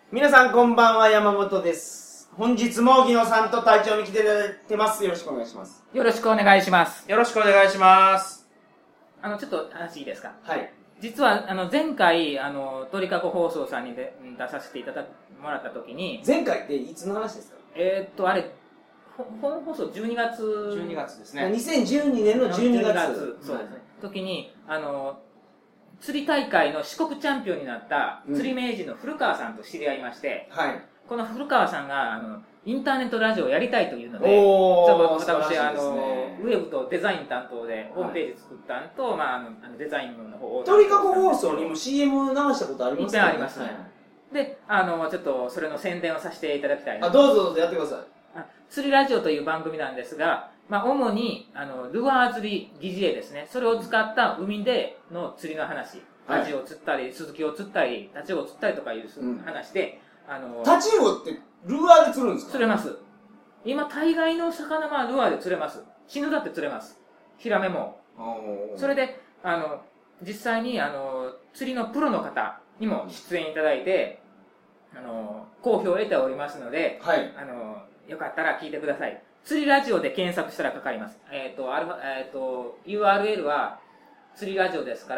皆さんこんばんは、山本です。本日も技能さんと隊長に来ていただいてます。よろしくお願いします。 よろしくお願いします。 よろしくお願いします。 ちょっと話いいですか？ はい。 実は前回鳥かご放送さんに出させてもらった時に、 前回っていつの話ですか？ あれ本放送12月ですね。 2012年の12月。 そうですね。時に釣り大会の四国チャンピオンになった釣り名人の古川さんと知り合いまして、 はい。 この古川さんがインターネットラジオをやりたいというので、私ウェブとデザイン担当でホームページ作ったのと、デザインの方を鳥かご放送にも CM 流したことありますか？ ありますね。で、ちょっとそれの宣伝をさせていただきたいな。 どうぞやってください。 釣りラジオという番組なんですが、主にルアー釣り疑似餌ですね、それを使った海での釣りの話、アジを釣ったり、スズキを釣ったり、タチウオを釣ったりとかいう話で、 タチウオってルアーで釣るんですか？ 釣れます。今大概の魚はルアーで釣れます。シヌだって釣れます。ヒラメも。それで実際に釣りのプロの方にも出演いただいて好評を得ておりますので、 はい、 よかったら聞いてください。釣りラジオで検索したらかかります。URL は釣りラジオですから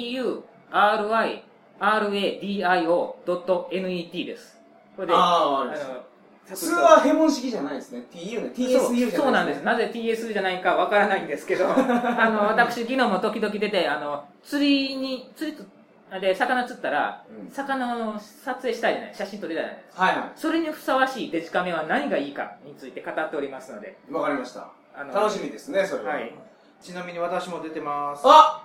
、TURIRADIO.net です。これで、 普通はヘボン式じゃないですね。TSU じゃないですね。 そうなんです。なぜ TSU じゃないかわからないんですけど、私、昨日も時々出て、釣りで魚釣ったら、魚の撮影したいじゃない、写真撮りたいじゃないですか。 はいはい。 それにふさわしいデジカメは何がいいかについて語っておりますので。 わかりました。楽しみですね、それは。はい。 ちなみに私も出てます。 はい。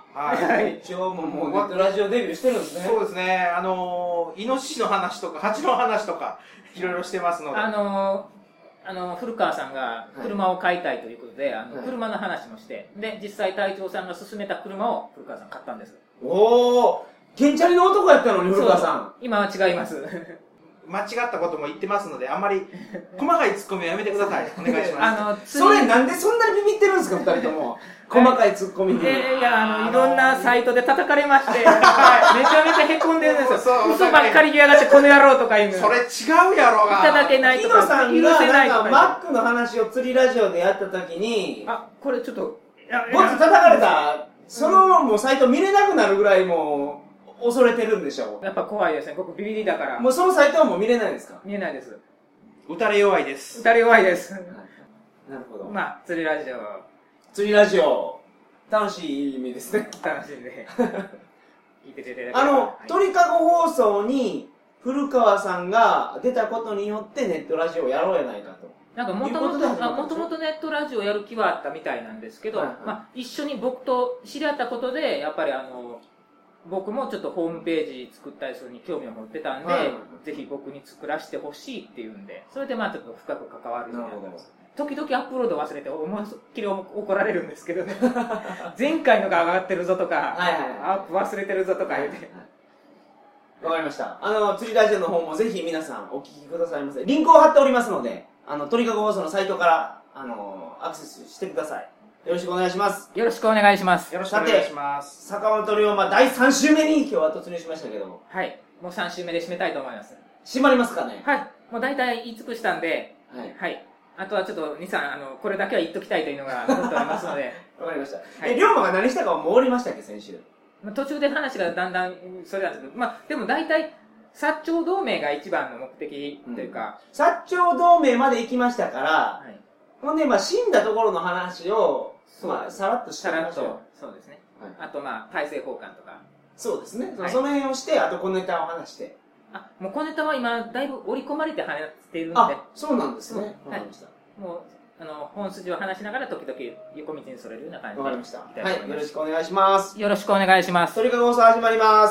一応もうネットラジオデビューしてるんですね。 そうですね。イノシシの話とか、ハチの話とか、いろいろしてますので。 古川さんが車を買いたいということで、車の話もして、で、実際隊長さんが勧めた車を古川さん買ったんです。 おー、ケンチャリの男やったのに古川さん。 今は違います。 間違ったことも言ってますので、あんまり細かいツッコミはやめてください。お願いします。 それなんでそんなにビビってるんですか、二人とも。細かいツッコミに。 いろんなサイトで叩かれまして、めちゃめちゃへこんでるんですよ。嘘ばっかり言いやがってこの野郎とか言うの。 それ違うやろが。 いただけないとか、許せないとか。 マックの話を釣りラジオでやった時に、 これちょっと、 ボツ叩かれた、そのもうサイト見れなくなるぐらいもう、恐れてるんでしょう。 やっぱ怖いですね。僕ビビりだから。 もうそのサイトはもう見れないですか？ 見れないです。 打たれ弱いです。 打たれ弱いです。 なるほど。 釣りラジオ。 釣りラジオ、楽しい意味ですね。 楽しいね。聞いていただければ。 鳥かご放送に古川さんが出たことによってネットラジオをやろうやないかと。 なんかもともとネットラジオをやる気はあったみたいなんですけど、一緒に僕と知り合ったことで、やっぱり僕もちょっとホームページ作ったりするに興味を持ってたんで、ぜひ僕に作らせてほしいっていうんで、それでちょっと深く関わるようになってます。時々アップロード忘れて思いっきり怒られるんですけどね。前回のが上がってるぞとか、アップ忘れてるぞとか言うて。 わかりました。釣りラジオの方もぜひ皆さんお聞きくださいませ。リンクを貼っておりますので、鳥かご放送のサイトから、アクセスしてください。よろしくお願いします。 よろしくお願いします。 よろしくお願いします。 坂本龍馬第3週目に今日は突入しましたけども。 はい。もう3週目で締めたいと思います。 締まりますかね？ はい。もう大体言い尽くしたんで、はい。あとはちょっと、2、3、これだけは言っときたいというのが残っておりますので。 わかりました。龍馬が何したかはもう終わりましたっけ、先週？ 途中で話がだんだん、それなんですけど、でも大体、薩長同盟が一番の目的というか。 薩長同盟まで行きましたから、ほんで、死んだところの話を、さらっとしてみましょう。 そうですね。あと、大政奉還とか。そうですね。その辺をして、あと小ネタを話して。 もう小ネタは今、だいぶ織り込まれて話しているんで。 そうなんですね。わかりました。 もう、本筋を話しながら、時々横道にそれるような感じで。 わかりました。はい。よろしくお願いします。 よろしくお願いします。 鳥かご放送始まります。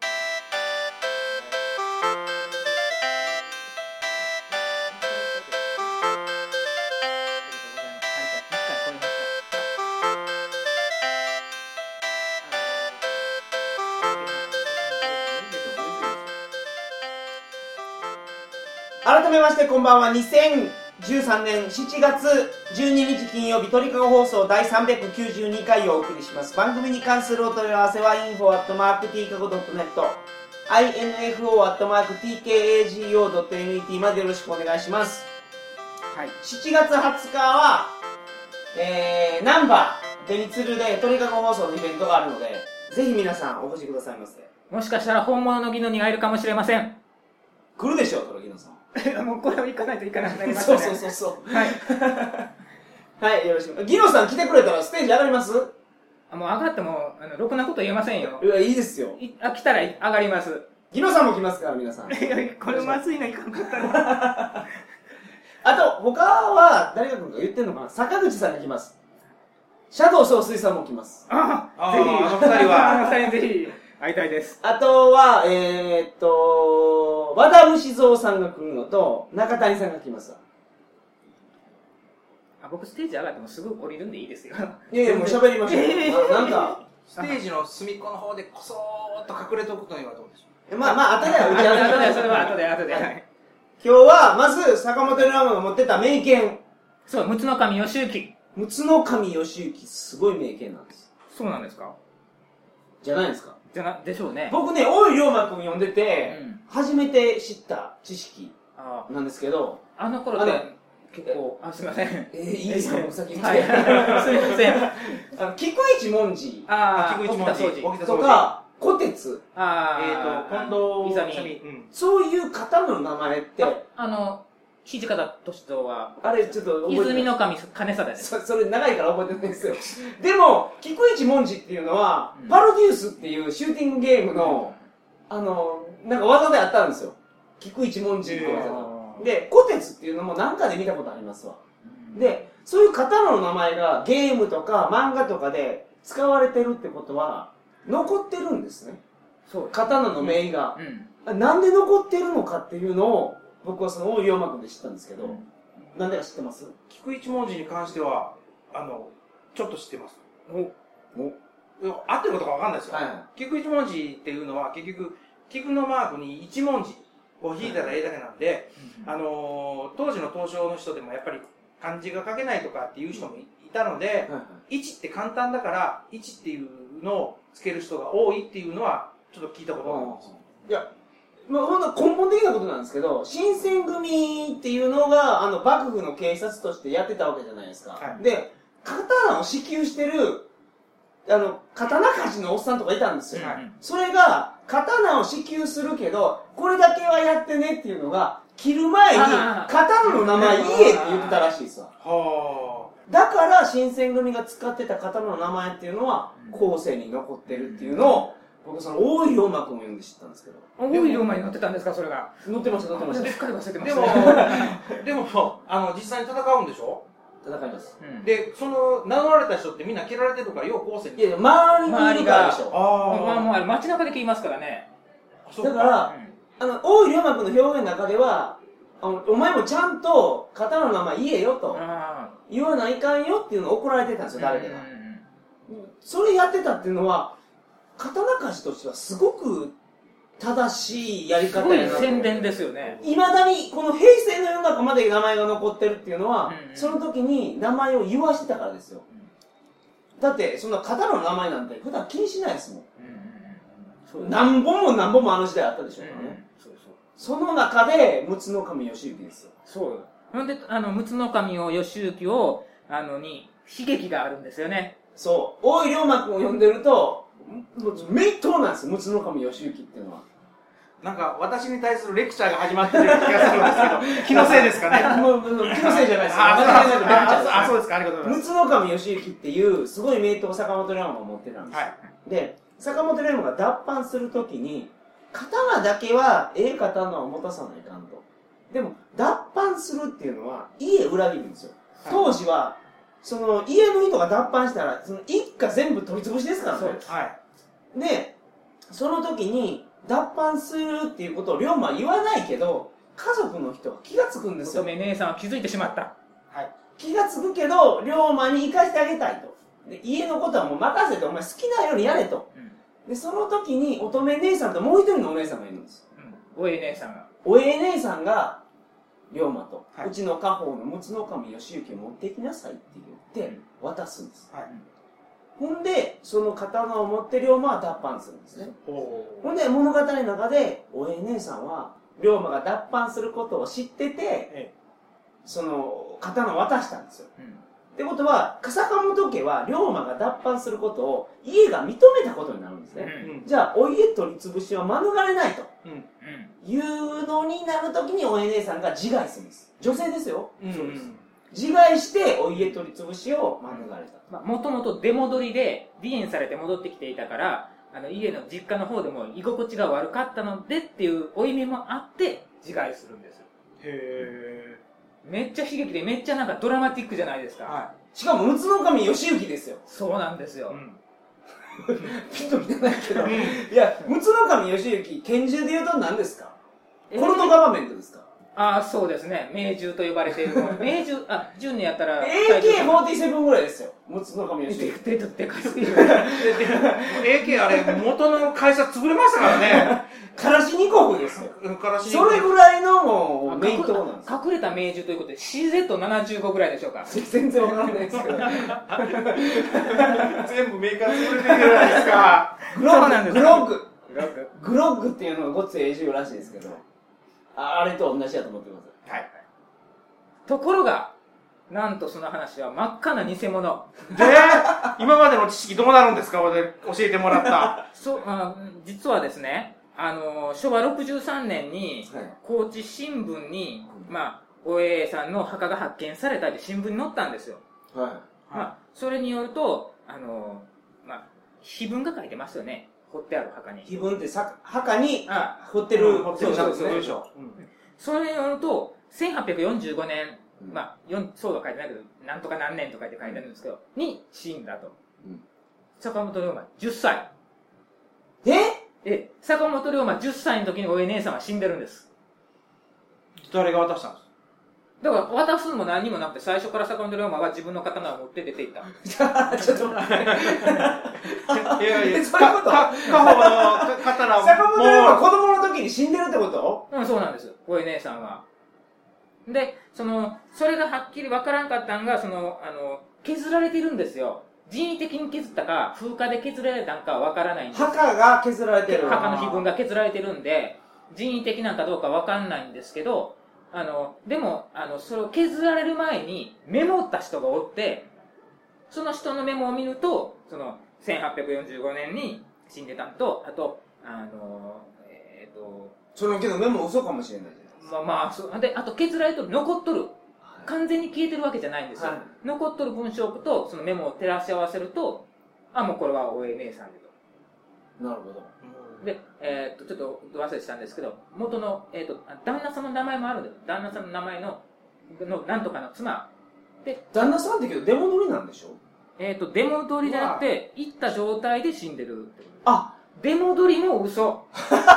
改めましてこんばんは。2013年7月12日金曜日、鳥かご放送第392回をお送りします。番組に関するお問い合わせはinfo@tkago.net info@tkago.net までよろしくお願いします。 はい。 7月20日は、ナンバーベニツルで鳥かご放送のイベントがあるので、ぜひ皆さんお越しくださいませ。 もしかしたら本物のギノに会えるかもしれません。 来るでしょう、鳥ギノさん。 もうこれを行かないといけなくなりましたね。 そう。 はい。 はい、よろしく。ギノさん来てくれたらステージ上がります？ もう上がっても、ろくなこと言えませんよ。 いや、いいですよ。 来たら上がります。 ギノさんも来ますから、皆さん。 いや、これまずいな、いかんかったな。 あと、他は、誰が来るか言ってんのかな？坂口さんが来ます。シャドウ総帥さんも来ます。 ぜひ、あの二人は。 あの二人ぜひ、会いたいです。 あとは、和田牛蔵さんが来るのと、中谷さんが来ます。 僕ステージ上がってもすぐ降りるんでいいですよ。 いやいや、もう喋りましょう。なんか、 ステージの隅っこの方でこそーっと隠れとくというのはどうでしょう？ まあ、後では打ち合わせします。 それは後で。はい。 今日は、まず、坂本龍馬が持ってた名犬。 そう、陸奥守義行。 陸奥守義行、すごい名犬なんです。 そうなんですか？ じゃないですか？ でしょうね。 僕ね、大井龍馬くん読んでて、初めて知った知識なんですけど、 あの頃って結構、すみません。 いいですか？先言って。 はい。すみません。 菊一文字菊一文字とか、虎鉄、 近藤勇。 そういう方の名前って、 土方歳三は、 あれちょっと泉の神金貞です。 それ長いから覚えてないんですよ。でも、菊一文字っていうのは、パロデュースっていうシューティングゲームの、なんか技であったんですよ。菊一文字っていう技が。で、虎鉄っていうのもなんかで見たことありますわ。で、そういう刀の名前がゲームとか漫画とかで使われてるってことは、残ってるんですね。 そう。 刀の名が。なんで残ってるのかっていうのを、僕はその大井龍馬くんで知ったんですけど、なんでか知ってます？ 菊一文字に関しては、ちょっと知ってます。合ってることかわかんないですよ。菊一文字っていうのは、結局、菊のマークに一文字を引いたらええだけなんで、当時の東証の人でもやっぱり漢字が書けないとかっていう人もいたので、1って簡単だから、1っていうのをつける人が多いっていうのは、ちょっと聞いたことがあります。 いや、まあ、ほんと根本的なことなんですけど、新選組っていうのが、幕府の警察としてやってたわけじゃないですか。で、刀を支給してる、刀鍛冶のおっさんとかいたんですよ。それが、刀を支給するけど、これだけはやってねっていうのが、切る前に、刀の名前言えって言ってたらしいですわ。だから、新選組が使ってた刀の名前っていうのは、後世に残ってるっていうのを、僕その大井龍馬くんを読んで知ったんですけど。 大井龍馬に載ってたんですか、それが。 載ってました。 すっかり忘れてました。 でも、実際に戦うんでしょ？ 戦います。 で、その、名乗られた人ってみんな切られてるとか、よう後世に。 いや、周りにいるからでしょ。 もう街中で切りますからね。 だから、大井龍馬くんの表現の中では、お前もちゃんと刀の名前言えよと。言わないかんよっていうのを怒られてたんですよ、誰かが。それやってたっていうのは、刀鍛冶としてはすごく正しいやり方やなと。 宣伝ですよね。 いまだにこの平成の世の中まで名前が残ってるっていうのは、その時に名前を言わしてたからですよ。だってそんな刀の名前なんて普段気にしないですもん。何本も何本もあの時代あったでしょうからね。その中で陸奥守義行ですよ。 そう。ほんで陸奥守義行をに悲劇があるんですよね。 そう。大井龍馬くんを読んでると。名刀なんですよ、陸奥守義行っていうのは。 なんか、私に対するレクチャーが始まってる気がするんですけど、気のせいですかね。 気のせいじゃないですよ。そうですか、ありがとうございます。 陸奥守義行っていう、すごい名刀を坂本龍馬が持ってたんですよ。で、坂本龍馬が脱藩するときに、刀だけは、刀を持たさないかんと。でも、脱藩するっていうのは、家裏切るんですよ。当時は、その家の人が脱藩したら、その一家全部取り潰しですからね。で、その時に脱藩するっていうことを龍馬は言わないけど、家族の人は気がつくんですよ。 乙女姉さんは気づいてしまった。 気がつくけど、龍馬に生かしてあげたいと。で、家のことはもう任せて、お前好きなようにやれと。で、その時に乙女姉さんともう一人のお姉さんがいるんです。 おえ姉さんが。 おえ姉さんが、龍馬と、うちの家宝の陸奥守義行を持ってきなさいって言って渡すんです。 ほんで、その刀を持って龍馬は脱藩するんですね。ほんで、物語の中で、お姉さんは、龍馬が脱藩することを知ってて、その、刀を渡したんですよ。ってことは、坂本家は龍馬が脱藩することを家が認めたことになるんですね。じゃあ、お家取り潰しは免れないと。いうのになるときに、お姉さんが自害するんです。女性ですよ。そうです。自害して、お家取り潰しを免れた。 もともと出戻りで、離縁されて戻ってきていたから、家の実家の方でも居心地が悪かったのでっていう負い目もあって、自害するんです。 へー。 めっちゃ悲劇で、めっちゃなんかドラマティックじゃないですか。 はい。しかも、陸奥守義行ですよ。 そうなんですよ。 ピンと見てないけど。いや、陸奥守義行、拳銃で言うと何ですか？コルトガバメントですか？ ああ、そうですね。命銃と呼ばれている。命銃、10年やったら。 AK47 ぐらいですよ。陸奥守義行。 でかすぎる。 AK あれ、元の会社潰れましたからね。 カラシニコフですよ。それぐらいのもう、メイントなんです。 隠れた命銃ということで CZ75 ぐらいでしょうか。 全然わからないですけど。 全部メーカー潰れてるじゃないですか。 グロッグっていうのがごっつい英雄らしいですけど。あれと同じやと思ってます。 はい。ところが、なんとその話は真っ赤な偽物。 で、今までの知識どうなるんですか？教えてもらった。 実はですね、昭和63年に、高知新聞に、お栄さんの墓が発見されたり新聞に載ったんですよ。それによると、碑文が書いてますよね。彫ってある墓に。 碑文って墓に彫ってる。 それによると、1845年、そうは書いてないけど、なんとか何年とかって書いてあるんですけど、に死んだと。坂本龍馬10歳。坂本龍馬10歳の時にお姉さんは死んでるんです。 誰が渡したんですか？ だから渡すのも何にもなくて、最初から坂本龍馬は自分の刀を持って出ていった。 ちょっと待って。いやいや、そういうこと？ 家宝の刀を。 坂本龍馬子供の時に死んでるってこと？ そうなんです。お姉さんは。で、それがはっきりわからんかったんが、削られてるんですよ。人為的に削ったか、風化で削られたんかはわからないんです。 墓が削られてる。 墓の碑文が削られてるんで、人為的なんかどうかわかんないんですけど、でも、それを削られる前にメモった人がおって、その人のメモを見ると、1845年に死んでたんと、あと、 そのけどメモ嘘かもしれないじゃないですか。で、あと削られとる、残っとる。完全に消えてるわけじゃないんですよ。残っとる文章とそのメモを照らし合わせると、もうこれはお姉さんでと。なるほど。 で、ちょっと忘れしたんですけど、元の、旦那さんの名前もあるんです。旦那さんの名前のなんとかの妻。 で、旦那さんってけど、出戻りなんでしょ？ 出戻りじゃなくて、行った状態で死んでる。 出戻りも嘘。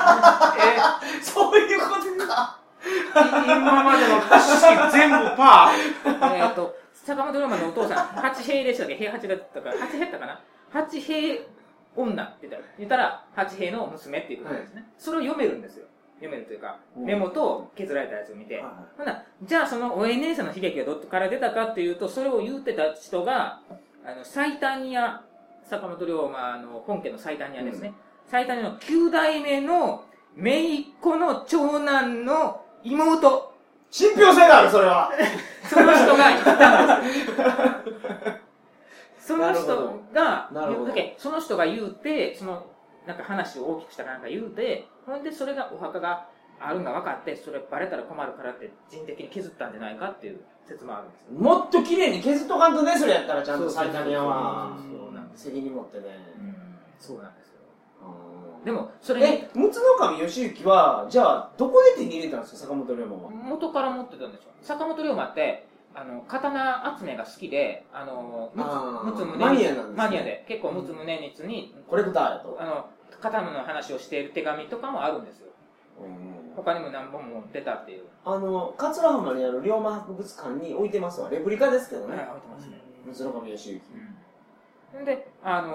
そういうことか。 今までの知識全部パー。坂本龍馬のお父さん、八平でしたっけ？平八だったから、八平やったかな？八平女って言ったら、八平の娘っていうことですね。それを読めるんですよ。読めるというか、メモと削られたやつを見て。じゃあそのお姉さんの悲劇がどっから出たかっていうと、それを言ってた人が、最短屋、坂本龍馬の本家の最短屋ですね。最短屋の9代目の姪っ子の長男の妹。 信憑性がある、それは。 その人が言ったんです。その人が、その人が言うて、なんか話を大きくしたかなんか言うて、ほんでそれがお墓があるのが分かって、それバレたら困るからって人的に削ったんじゃないかっていう説もあるんですよ。 もっと綺麗に削っとかんとね、それやったらちゃんと最短屋は。責任持ってね。 そうなんですよ。でも、それに。 陸奥守義行は、じゃあ、どこで手に入れたんですか、坂本龍馬は。 元から持ってたんでしょ。坂本龍馬って、刀集めが好きで、陸奥宗光、マニアで、結構陸奥宗光に、 コレクターやと。 刀の話をしている手紙とかもあるんですよ。他にも何本も出たっていう。 桂浜にある龍馬博物館に置いてますわ。レプリカですけどね。 はい、置いてますね。 陸奥守義行。で、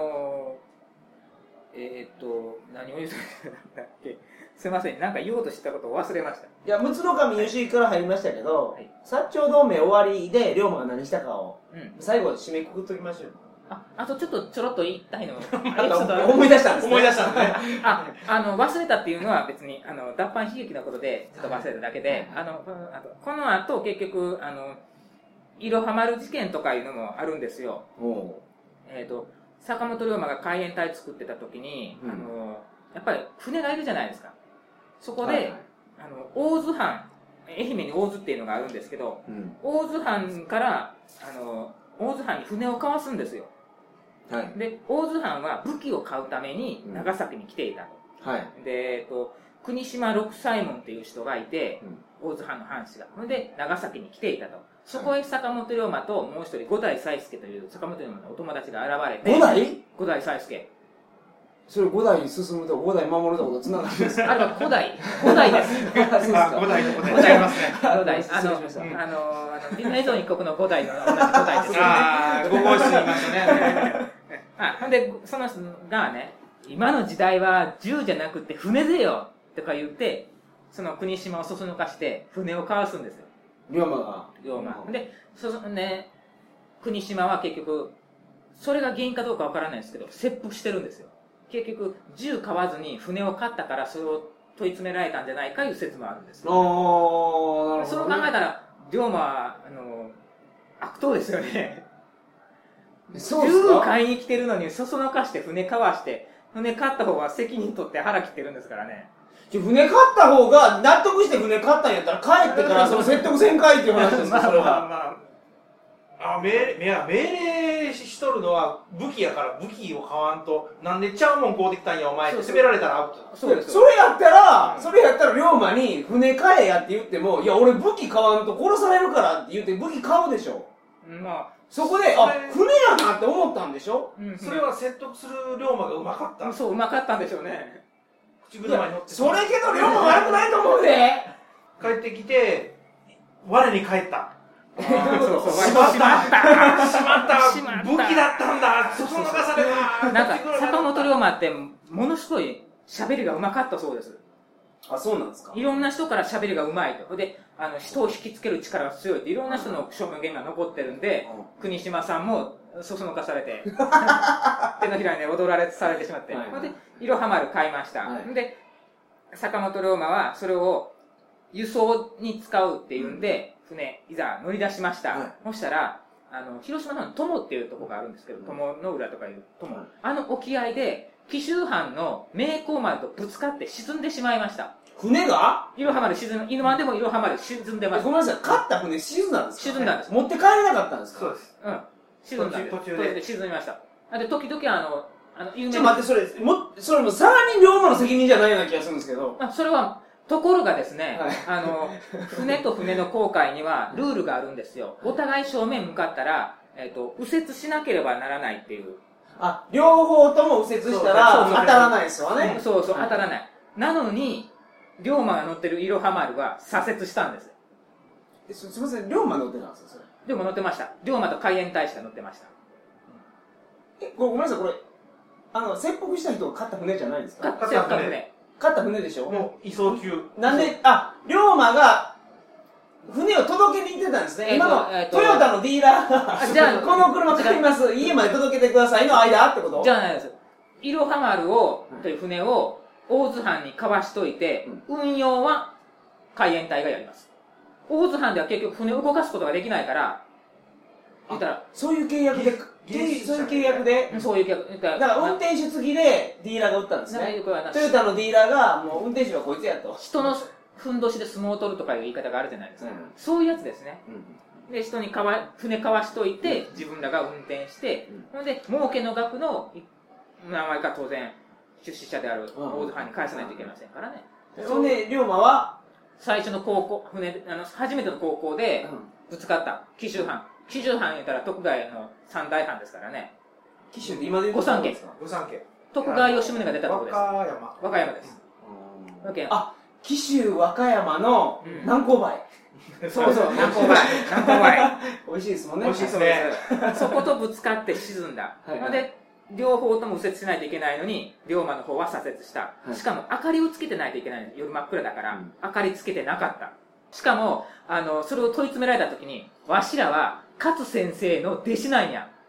何を言うとったっけ？すいません、なんか言おうとしたことを忘れました。 いや、陸奥守義行から入りましたけど、薩長同盟終わりで龍馬が何したかを、最後で締めくくっときましょう。 あとちょろっと言いたいの。 思い出したんですね。 思い出したんですね。 忘れたっていうのは別に、脱藩悲劇のことで、ちょっと忘れただけで、この後、結局、いろは丸事件とかいうのもあるんですよ。坂本龍馬が海援隊作ってた時に、やっぱり船がいるじゃないですか。そこで、大津藩、愛媛に大津っていうのがあるんですけど、大津藩から、大津藩に船を交わすんですよ。で、大津藩は武器を買うために長崎に来ていたと。で、国島六左衛門っていう人がいて、大津藩の藩士が。で、長崎に来ていたと。そこへ坂本龍馬ともう一人五代才助という坂本龍馬のお友達が現れて。五代才助。 それ5代進むと5代守るとことつながるんですか？ あれは5代です。 5代と5代ありますね。 5代。ディネゾン一国の5代の同じ5代ですよね。 5号室にいましたね。 ほんで、その人がね、今の時代は銃じゃなくて船でよとか言って、その国島をそそのかして船を交わすんですよ。 龍馬が。 で、国島は結局、それが原因かどうかわからないですけど、切腹してるんですよ。結局、銃買わずに船を買ったからそれを問い詰められたんじゃないかいう説もあるんですよ、ね。それを考えたら、龍馬は、悪党ですよね。銃買いに来てるのにそそのかして船買わして、船買った方は責任取って腹切ってるんですからね。 船買った方が納得して船買ったんやったら帰ってからその説得せんかいっていう話ですか、それは。 命令しとるのは武器やから武器を買わんと、なんでちゃうもん買うてきたんやお前って責められたらアウトだ。 それやったら龍馬に船買えやって言っても、いや俺武器買わんと殺されるからって言って武器買うでしょ。そこで、船やなって思ったんでしょ。 それは説得する龍馬がうまかった。 そう、うまかったんでしょうね。 口車に乗って。 それけど龍馬悪くないと思うで。 帰ってきて、我に返った。しまった武器だったんだそそのかされた。 なんか坂本龍馬ってものすごい喋りがうまかったそうです。 そうなんですか。 いろんな人から喋りがうまいと。で、人を引きつける力が強いっていろんな人の証言が残ってるんで、国島さんもそそのかされて手のひらに踊られされてしまって、でいろは丸買いました、で坂本龍馬はそれを輸送に使うっていうんで、船いざ乗り出しました、そしたら広島の友っていうところがあるんですけど、友の浦とかいう友、沖合で紀州藩の名工丸とぶつかって沈んでしまいました。 船がいろは丸沈む、今でもいろは丸沈んでます。 ごめんなさい、勝った船沈んだんですか？ 沈んだんです。 持って帰れなかったんですか？ そうです。 沈んだんです。途中で沈みました。で時々 有名な、ちょっと待って、それもさらに龍馬の責任じゃないような気がするんですけど。 それはところがですね、船と船の航海にはルールがあるんですよ。お互い正面向かったら、右折しなければならないっていう。 両方とも右折したら当たらないですわね。 そう、当たらない。なのに、龍馬が乗ってるいろは丸は左折したんです。 すみません、龍馬乗ってたんですか、それ。 龍馬乗ってました。龍馬と海援隊士が乗ってました。 ごめんなさい、これ、切腹した人が勝った船じゃないですか？ 勝った船。 勝った船でしょ？ もう移送中。 なんで、龍馬が船を届けに行ってたんですね。今のトヨタのディーラーがこの車買います、家まで届けてくださいの間ってこと？ じゃないです。いろは丸という船を大津藩に交わしといて、運用は海援隊がやります。大津藩では結局船を動かすことができないから、言ったらそういう契約で、だから運転手付きでディーラーが売ったんですね。トヨタのディーラーがもう運転手はこいつやと。 人のふんどしで相撲を取るとかいう言い方があるじゃないですか。そういうやつですね。で、人に船交わしといて、自分らが運転して、ほんで、儲けの額の何割か当然、出資者である大津藩に返さないといけませんからね。 それで、龍馬は最初の初めての航行でぶつかった紀州藩。紀州藩言ったら徳川の三大藩ですからね。 紀州って今で言う御三家。徳川吉宗が出たところです。和歌山です。 紀州和歌山の南高梅。 そう、南高梅。 美味しいですもんね。 美味しいですね。 そことぶつかって沈んだ。で、両方とも右折しないといけないのに、龍馬の方は左折した。しかも明かりをつけてないといけない。夜真っ暗だから、明かりつけてなかった。しかも、それを問い詰められた時に、わしらは勝先生の弟子なんや。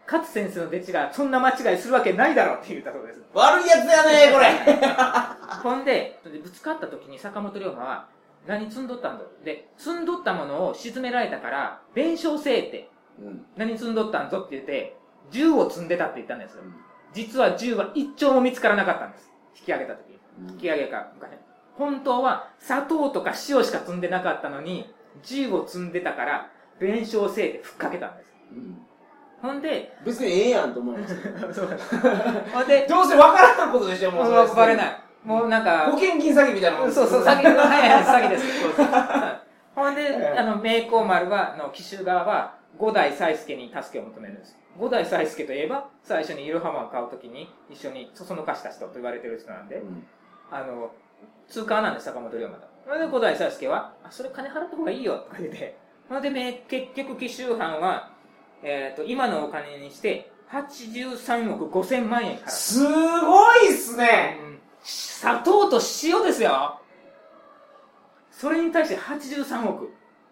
勝先生の弟子がそんな間違いするわけないだろうって言ったそうです。 悪いやつやねこれ。 ほんで、ぶつかった時に坂本龍馬は、何積んどったんだで、積んどったものを沈められたから、弁償せえって、何積んどったんぞって言って、銃を積んでたって言ったんですよ。実は銃は一丁も見つからなかったんです。引き上げた時。引き上げか、本当は砂糖とか塩しか積んでなかったのに、銃を積んでたから、弁償せえってふっかけたんです。ほんで、 別にええやんと思います。 ほんで、 どうせ分からんことでしょ、もうそれ。 バレない。もうなんか、 保険金詐欺みたいなもんです。 そう、詐欺、詐欺です。ほんで、明光丸は、紀州側は、五代才助に助けを求めるんです。五代才助といえば、最初にイロハマを買うときに、一緒にそそのかした人と言われてる人なんで、通貨なんです、坂本龍馬と。それで五代才助は、それ金払った方がいいよ、とか言って。ほんで、結局紀州藩は、今のお金にして、83億5000万円から。 すごいっすね、 砂糖と塩ですよ。それに対して83億。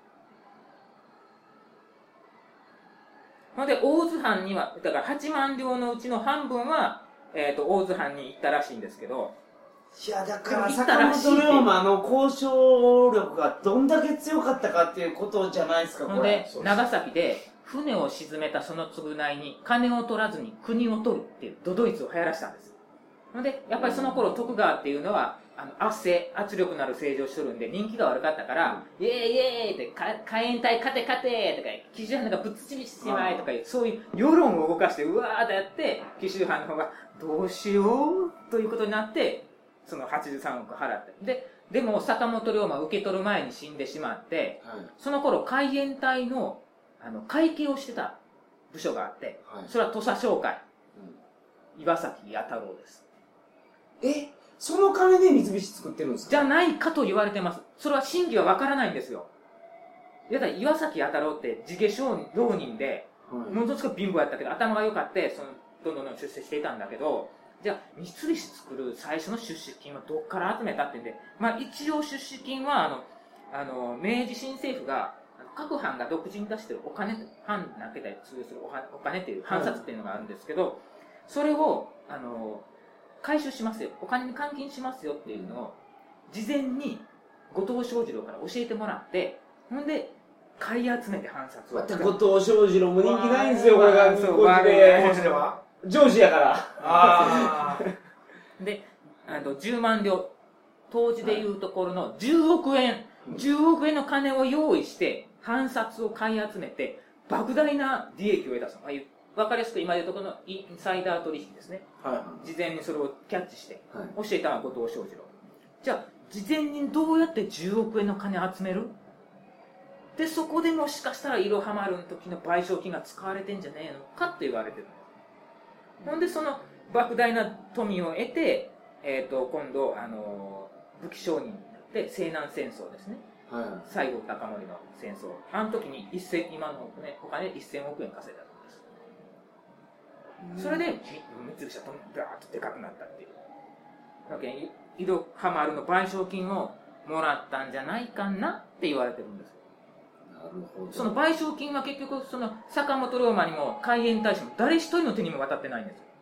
ほんで、大津藩には、だから8万両のうちの半分は、大津藩に行ったらしいんですけど。 いや、だから坂本龍馬の交渉力がどんだけ強かったかっていうことじゃないですか、 ほんで、長崎で、船を沈めたその償いに金を取らずに国を取るっていうドドイツを流行らしたんです。ので、やっぱりその頃徳川っていうのは、圧力のある政治をしとるんで人気が悪かったから、イエーイイエーイって、海援隊勝て勝てとか、紀州藩がぶっつちみしてしまえとかいう、そういう世論を動かして、うわーってやって、紀州藩の方が、どうしようということになって、その83億払って。でも坂本龍馬受け取る前に死んでしまって、その頃海援隊の、会計をしてた部署があって、それは土佐商会、岩崎弥太郎です。 その金で三菱作ってるんですか？ じゃないかと言われてます。それは真偽はわからないんですよ。だから岩崎弥太郎って地下浪人で、ものすごく貧乏やったけど、頭が良かって、どんどん出世していたんだけど、じゃあ、三菱作る最初の出資金はどっから集めたってんで、まあ一応出資金は、明治新政府が、各藩が独自に出してるお金、藩だけで通用するお金っていう藩札っていうのがあるんですけど、それを、回収しますよ、お金に換金しますよっていうのを、事前に後藤象二郎から教えてもらって、ほんで、買い集めて藩札を。 また後藤象二郎も人気ないんですよ、これが。 当時では上司やから。 で、10万両、当時でいうところの10億円、10億円の金を用意して、藩札を買い集めて、莫大な利益を得たその。わかりやすく今言うところのインサイダー取引ですね。事前にそれをキャッチして、教えたのは後藤象二郎。じゃあ、事前にどうやって10億円の金を集める？で、そこでもしかしたらイロハマルの時の賠償金が使われてんじゃねえのかって言われてる。ほんで、その莫大な富を得て、今度、武器商人になって、西南戦争ですね。西郷隆盛の戦争。あの時に今の、ね、お金1000億円稼いだんです。それで、三菱はバーッとでかくなったっていう。だけど、イロハマルの賠償金をもらったんじゃないかなって言われてるんです。その賠償金は結局、その坂本龍馬にも海援大使も誰一人の手にも渡ってないんですよ。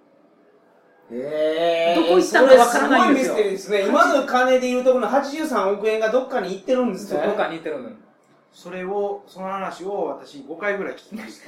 どこ行ったのかわからないんですよ。 それすごいミステリーですね。今の金でいうとこの83億円がどっかに行ってるんですね。 どっかに行ってるの。 その話を私5回ぐらい聞きました。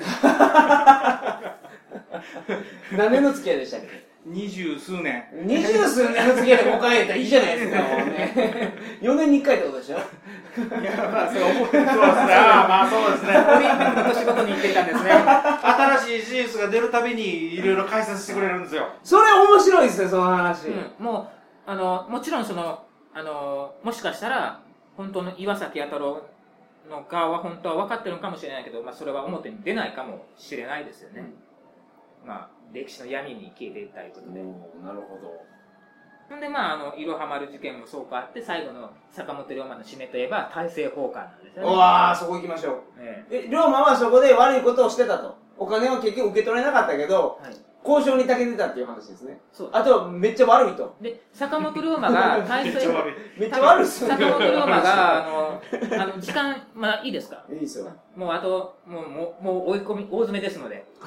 何年の付き合いでしたっけ ？20数年。 20数年の付き合いで5回やったらいいじゃないですか。4年に1回ってことでしょ？ いや、まあ、そうですね。まあ、そうですね。 オリンピックの年ごとに行っていたんですね。 新しい事実が出るたびにいろいろ解説してくれるんですよ。 それ面白いですね、その話。 もう、もちろんもしかしたら、本当の岩崎弥太郎の側は本当は分かってるのかもしれないけど、まあ、それは表に出ないかもしれないですよね。まあ、歴史の闇に消えていったということで。 なるほど。 ほんで、まあ、イロハマル事件もそうかあって、最後の坂本龍馬の締めといえば、大政奉還なんですよね。 そこ行きましょう。龍馬はそこで悪いことをしてたと。お金は結局受け取れなかったけど、交渉に長けてたっていう話ですね。あとはめっちゃ悪いと。 で、坂本龍馬がめっちゃ悪いっすよね。 坂本龍馬が、時間、まあいいですか？ いいですよ。 もうあと、もう追い込み、大詰めですので。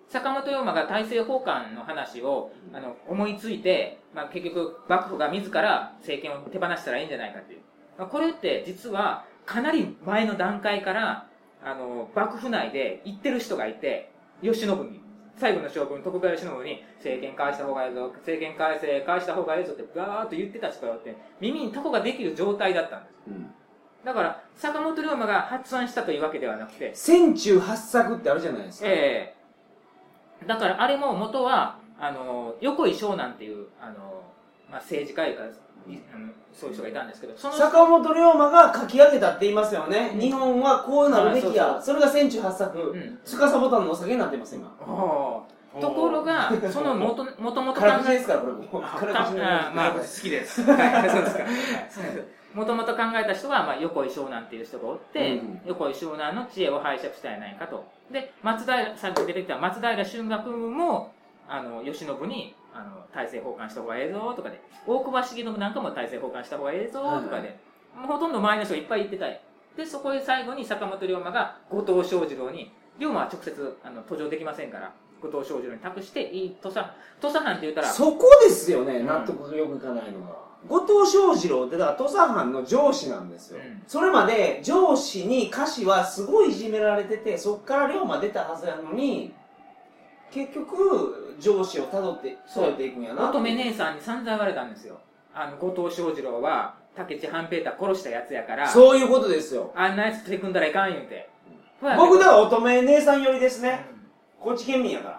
坂本龍馬が大政奉還の話を思いついて、結局幕府が自ら政権を手放したらいいんじゃないかという、これって実はかなり前の段階から幕府内で言ってる人がいて、慶喜に最後の将軍徳川慶喜に政権返した方がいいぞ、政権返した方がいいぞってガーッと言ってた人がいて、耳にタコができる状態だったんです、だから坂本龍馬が発案したというわけではなくて、 千中八策ってあるじゃないですか。 だからあれも元は横井湘南っていう政治家かそういう人がいたんですけど、 坂本龍馬が書き上げたって言いますよね、日本はこうなるべきや、それが千中八策、司ボタンのお酒になってます今。 ところがそのもともと辛口ですから、これも辛口好きです。 そうですか。もともと考えた人は、横井湘南っていう人がおって、横井湘南の知恵を拝借したんやないかと。で、さっき出てきた松平春嶽も慶喜に大政奉還した方がええぞとかで、大久保重信なんかも大政奉還した方がええぞとかで、もうほとんど周りの人がいっぱい言ってたりで、そこで最後に坂本龍馬が後藤象二郎に、龍馬は直接登場できませんから、後藤象二郎に託して、土佐藩って言ったらそこですよね、納得よくいかないのが。後藤象二郎ってだから土佐藩の上司なんですよ、それまで上司に家臣はすごいいじめられてて、そっから龍馬出たはずやのに結局上司をたどっていくんやな。 乙女姉さんに散々言われたんですよ。後藤象二郎は武智半平太殺したやつやから、 そういうことですよ。 あんなやつ取り組んだらいかん言うて。 僕だから乙女姉さん寄りですね、高知県民やから、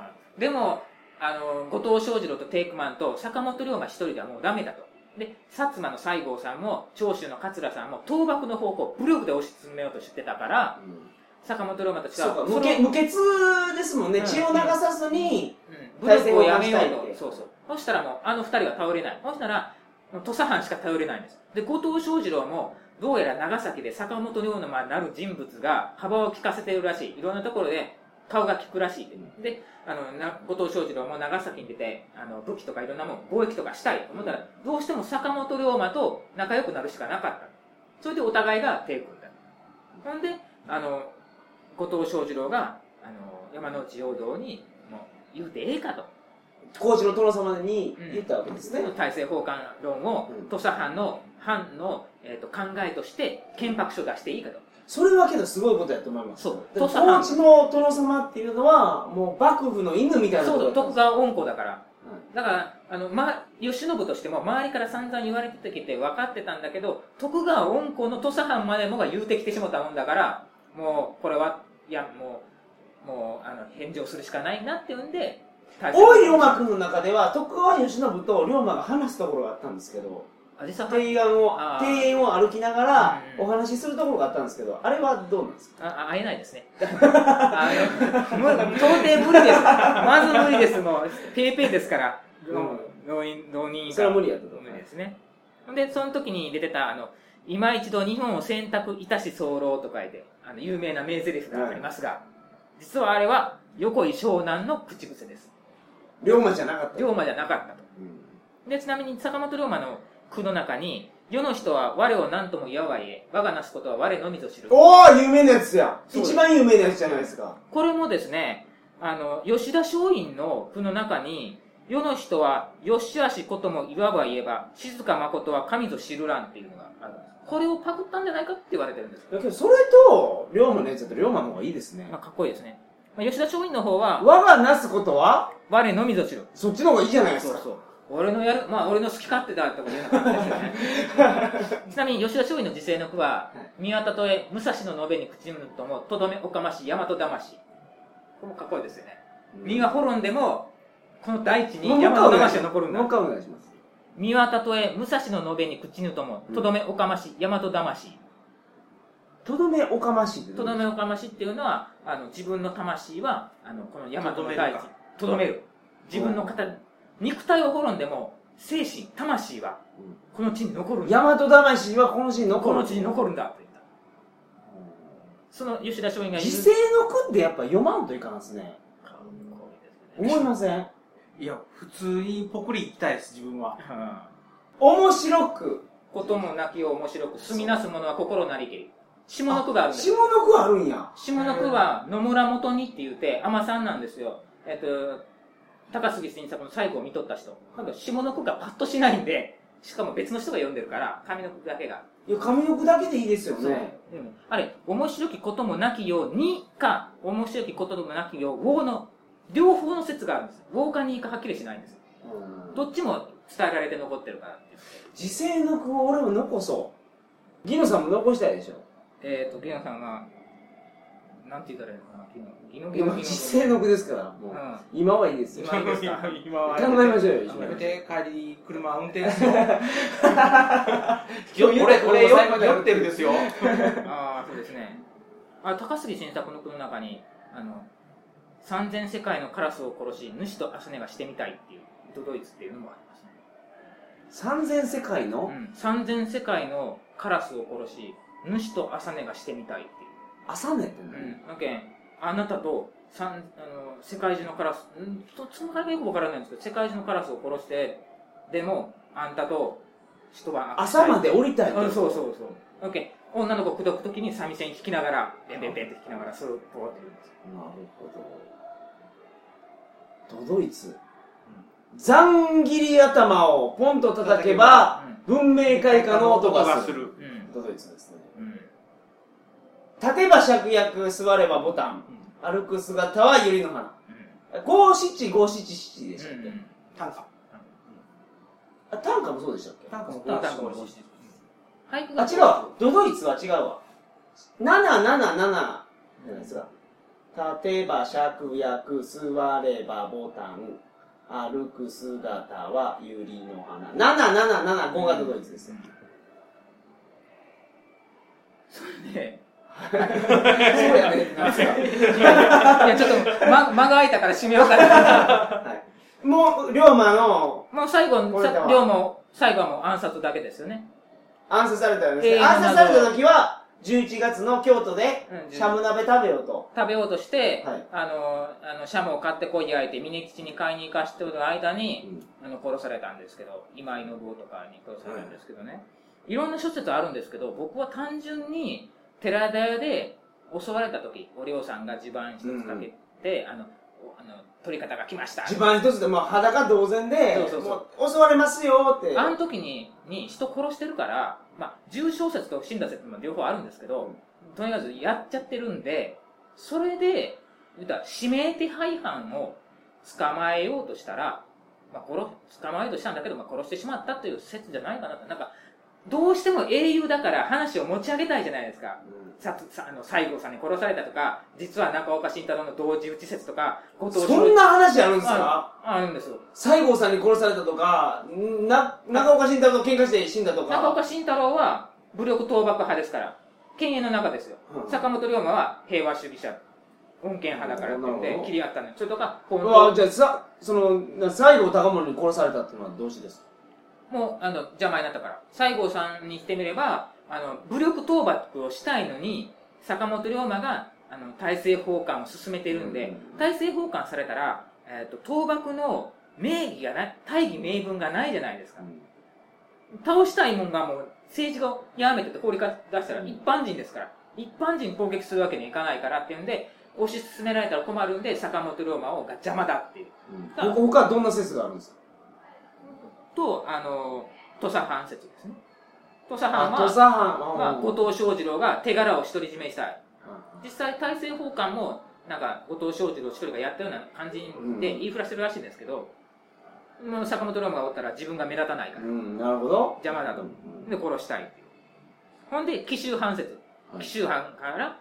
でも後藤象二郎とテイクマンと坂本龍馬一人ではもうダメだと。で、薩摩の西郷さんも長州の桂さんも倒幕の方向武力で推し進めようとしてたから、坂本龍馬と違う。 無血ですもんね、血を流さずに武力をやめようと。そしたらもう二人は倒れない。そしたら土佐藩しか頼れないんです。で、後藤象二郎もどうやら長崎で坂本龍馬なる人物が幅を利かせているらしい。いろんなところで顔が利くらしい。で、後藤象二郎も長崎に出て武器とかいろんなもん貿易とかしたいと思ったら、どうしても坂本龍馬と仲良くなるしかなかった。それでお互いが手を組んだ。ほんで後藤象二郎が山内容堂にもう言うてええかと、 高知の殿様に言ったわけですね、 大政奉還論を土佐藩の考えとして憲白書出していいかと。 それはけどすごいことやと思います。 高知の殿様っていうのはもう幕府の犬みたいなことだったんです。 徳川恩子だから、だから慶喜としても周りから散々言われてきて分かってたんだけど、徳川恩子の土佐藩までもが言うてきてしもたもんだから、もうこれはいやもう返上するしかないなっていうんで、 大井龍馬君の中では徳川慶喜と龍馬が話すところがあったんですけど、庭園を歩きながらお話しするところがあったんですけど、あれはどうなんですか？ 会えないですね。到底無理です。まず無理です。もうペイペイですから、浪人それは無理やったと。 無理ですね。でその時に出てた今一度日本を選択いたし候と書いて有名な名台詞がありますが、実はあれは横井湘南の口癖です。 龍馬じゃなかった。 龍馬じゃなかったと。でちなみに坂本龍馬の句の中に、世の人は我を何とも言わば言え、我がなすことは我のみぞ知る。 おー、有名なやつや。一番有名なやつじゃないですか。 これもですね、吉田松陰の句の中に、世の人はよしあしことも言わば言えば、静か誠は神ぞ知るらんっていうのがあるんです。これをパクったんじゃないかって言われてるんです。 だけどそれと龍馬のやつだと龍馬の方がいいですね。 かっこいいですね。吉田松陰の方は、 我がなすことは我のみぞ知る。 そっちの方がいいじゃないですか。 そう俺の俺の好き勝手だとか言うのかもしれない。ちなみに吉田松陰の時世の句は、見はたとえ武蔵の延べに口ぬともとどめおかまし大和魂。これもかっこいいですよね。身は滅んでもこの大地に大和魂が残るんだ。 もう一回お願いします。 身はたとえ武蔵の延べに口ぬともとどめおかまし大和魂。 とどめおかましってとどめおかましっていうのは自分の魂はこの大和の大地とどめる。自分の肉体を滅んでも精神魂はこの地に残るんだ。 大和魂はこの地に残る。 この地に残るんだと言った。その吉田松陰が言う。 時世の句ってやっぱ読まんといかんですね。思いません？ いや、普通にポクリ行きたいです、自分は。 面白く。 こともなきを面白く、住みなす者は心なりけり。 下の句があるんです。 下の句あるんや。 下の句は野村元にって言って、海女さんなんですよ。高杉晋作の最後を見とった人。なんか下の句がパッとしないんで、しかも別の人が読んでるから、上の句だけが。 いや、上の句だけでいいですよね。 あれ、面白きこともなきようにか、面白きこともなきよう、ウォーの、両方の説があるんです。ウォーかにかはっきりしないんです。どっちも伝えられて残ってるからっていう。 時世の句を俺も残そう。ギノさんも残したいでしょ。 ギノさんが、なんて言ったらいいのかな、 時世の句ですから、もう、今はいいですよ。 今いいですか。 今は。 考えましょうよ、 やめて、帰り、車運転するよ。 俺酔ってるですよ。 ああ、そうですね。高杉晋作の句の中に、三千世界のカラスを殺し、主とアスネがしてみたいっていう、ドイツっていうのもありますね。 三千世界の、 三千世界のカラスを殺し、主とアサネがしてみたいっていう。 アサネって何？ なんけん、あなたと世界中のカラス、そのからよくわからないんですけど、世界中のカラスを殺して、でも、あんたと一晩朝まで降りたいと。 そうそうそう。女の子を口説くときに三味線弾きながら、ベンベンベンって弾きながら、それをこうやって言うんですよ。 なるほど。ドイツ。ざん切り頭をポンと叩けば、文明開化の音がする。ドイツですね。立てば芍薬、座ればボタン。歩く姿は百合の花。五七五七七でしたっけ？ 短歌。 短歌もそうでしたっけ？ 短歌も五七。 俳句が違うわ。ドイツは違うわ。777じゃないですか。立てば芍薬、座ればボタン。歩く姿は百合の花。777がドイツですよ。 それね。 そうやね。 いや、ちょっと、間が空いたから締めようかな。 はい、もう、龍馬の、 もう最後、龍馬、最後はもう暗殺だけですよね。 暗殺されたんですけど、暗殺された時は、11月の京都で、シャム鍋食べようと。 食べようとして、 はい、 シャムを買ってこい焼いて、峰吉に買いに行かしてる間に、殺されたんですけど、今井信夫とかに殺されたんですけどね。いろんな諸説あるんですけど、僕は単純に、寺田屋で襲われた時、お涼さんが地盤一つかけて、取り方が来ました。 地盤一つでもう裸同然で、もう襲われますよって。 あの時に人殺してるから、重傷説と死んだ説も両方あるんですけど、とにかくやっちゃってるんで、それで、指名手配犯を捕まえようとしたら、捕まえようとしたんだけど、殺してしまったという説じゃないかなと。なんか、どうしても英雄だから話を持ち上げたいじゃないですか。西郷さんに殺されたとか、実は中岡慎太郎の同時討ち説とか、 そんな話あるんですか？ あるんですよ。 西郷さんに殺されたとか、中岡慎太郎と喧嘩して死んだとか。 中岡慎太郎は武力倒幕派ですから、犬猿の中ですよ。坂本龍馬は平和主義者。穏健派だからって言って切り合ったのよ。それとか、 じゃあ西郷隆盛に殺されたっていうのはどうしてですか？ もう、邪魔になったから。西郷さんにしてみれば、武力討伐をしたいのに、坂本龍馬が、大政奉還を進めているんで、大政奉還されたら、倒幕の名義がない、大義名分がないじゃないですか。倒したいもんがもう、政治がやめてて放り出したら一般人ですから、一般人攻撃するわけにはいかないからっていうんで、推し進められたら困るんで、坂本龍馬が邪魔だっていう。 他はどんな説があるんですか？ と、土佐藩説ですね。土佐藩は、後藤象二郎が手柄を独り占めしたい。実際、大政奉還も、なんか、後藤象二郎一人がやったような感じで言いふらしてるらしいんですけど、坂本龍馬がおったら自分が目立たないから。 なるほど。 邪魔だと。で、殺したいっていう。ほんで、紀州藩説。紀州藩から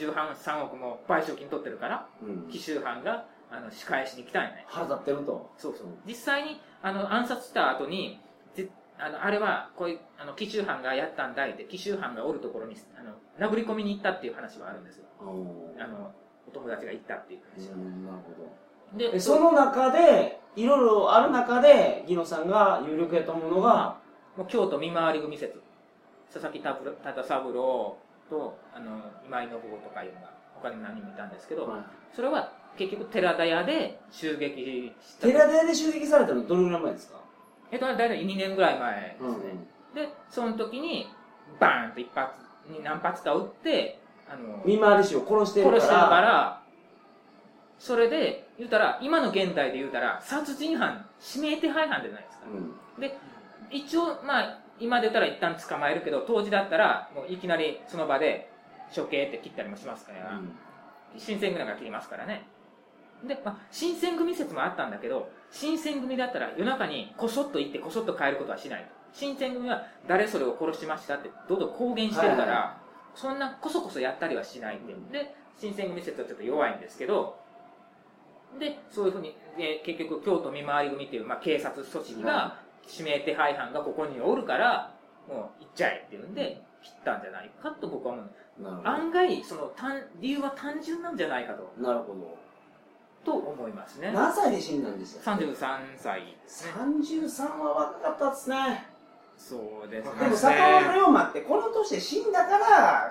83億も賠償金取ってるから、紀州藩が、仕返しに来たんやね。 腹立ってると。 そうそう。実際に、暗殺した後に、あれは、こういう、紀州藩がやったんだいって、紀州藩がおるところに、殴り込みに行ったっていう話はあるんですよ。お友達が行ったっていう話は。 なるほど。で、その中で、いろいろある中で、ギノさんが有力やと思うのが、 もう京都見回り組説。佐々木忠三郎と、今井信夫とかいうのが、他にも何人もいたんですけど、それは結局寺田屋で襲撃した。 寺田屋で襲撃されたのどれぐらい前ですか？ だいたい2年ぐらい前ですね。で、その時に、バーンと一発に何発か撃って、 見回り師を殺してるから、 それで、言うたら、今の現代で言うたら、殺人犯、指名手配犯じゃないですか。で、一応、今で言ったら一旦捕まえるけど、当時だったら、もういきなりその場で、処刑って切ったりもしますから、新選組なんか切りますからね。で、新選組説もあったんだけど、新選組だったら夜中にこそっと行ってこそっと帰ることはしないと。新選組は誰それを殺しましたってどんどん公言してるから、そんなこそこそやったりはしないって。で、新選組説はちょっと弱いんですけど、で、そういうふうに、結局京都見回り組っていう、警察組織が、指名手配犯がここにおるから、もう行っちゃえっていうんで、切ったんじゃないかと僕は思う。案外、理由は単純なんじゃないかと。 なるほど。 と思いますね。 何歳で死んだんですか？ 33 歳ですね。 33は若かったですね。 そうですね。 でも坂本龍馬ってこの年で死んだから、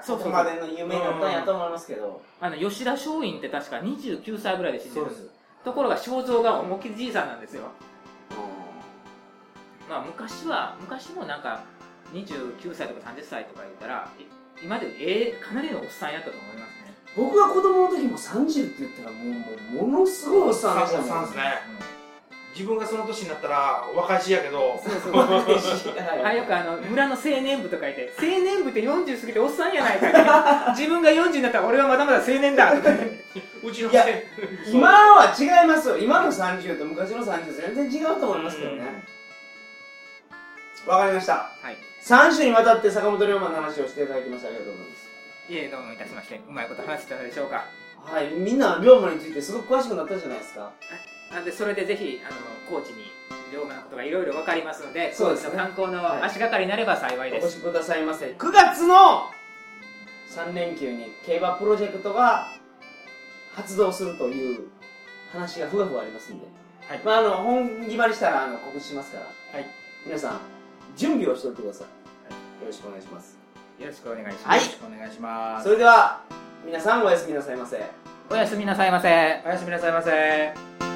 ここまでの夢だったんやと思いますけど。 吉田松陰って確か29歳ぐらいで死んでるんです。ところが肖像が思いっきりじいさんなんですよ。昔もなんか29歳とか30歳とか言ったら、今でかなりのおっさんやったと思いますね。 僕が子供の時も30って言ったらものすごいおっさんでしたもん。 ですね。自分がその年になったら若いしやけど。 若いし。よく村の青年部とか言って、青年部って40過ぎておっさんやないかって。自分が40になったら俺はまだまだ青年だ。 うちの今は違いますよ。今の30と昔の30全然違うと思いますけどね。わかりました。はい。3週にわたって坂本龍馬の話をしていただきましてありがとうございます。 いえ、どうもいたしまして、うまいこと話してたでしょうか。 はい、みんな龍馬についてすごく詳しくなったじゃないですか。 なんで、それでぜひ、高知に龍馬のことがいろいろわかりますので、高知の観光の足がかりになれば幸いです。 お越しくださいませ。9月の3連休に競馬プロジェクトが発動するという話がふわふわありますんで、はい、本決まりしたら告知しますから、はい、皆さん準備をしておいてください。はい、よろしくお願いします。 よろしくお願いします。 はい、 よろしくお願いします。 それでは皆さんおやすみなさいませ。 おやすみなさいませ。 おやすみなさいませ。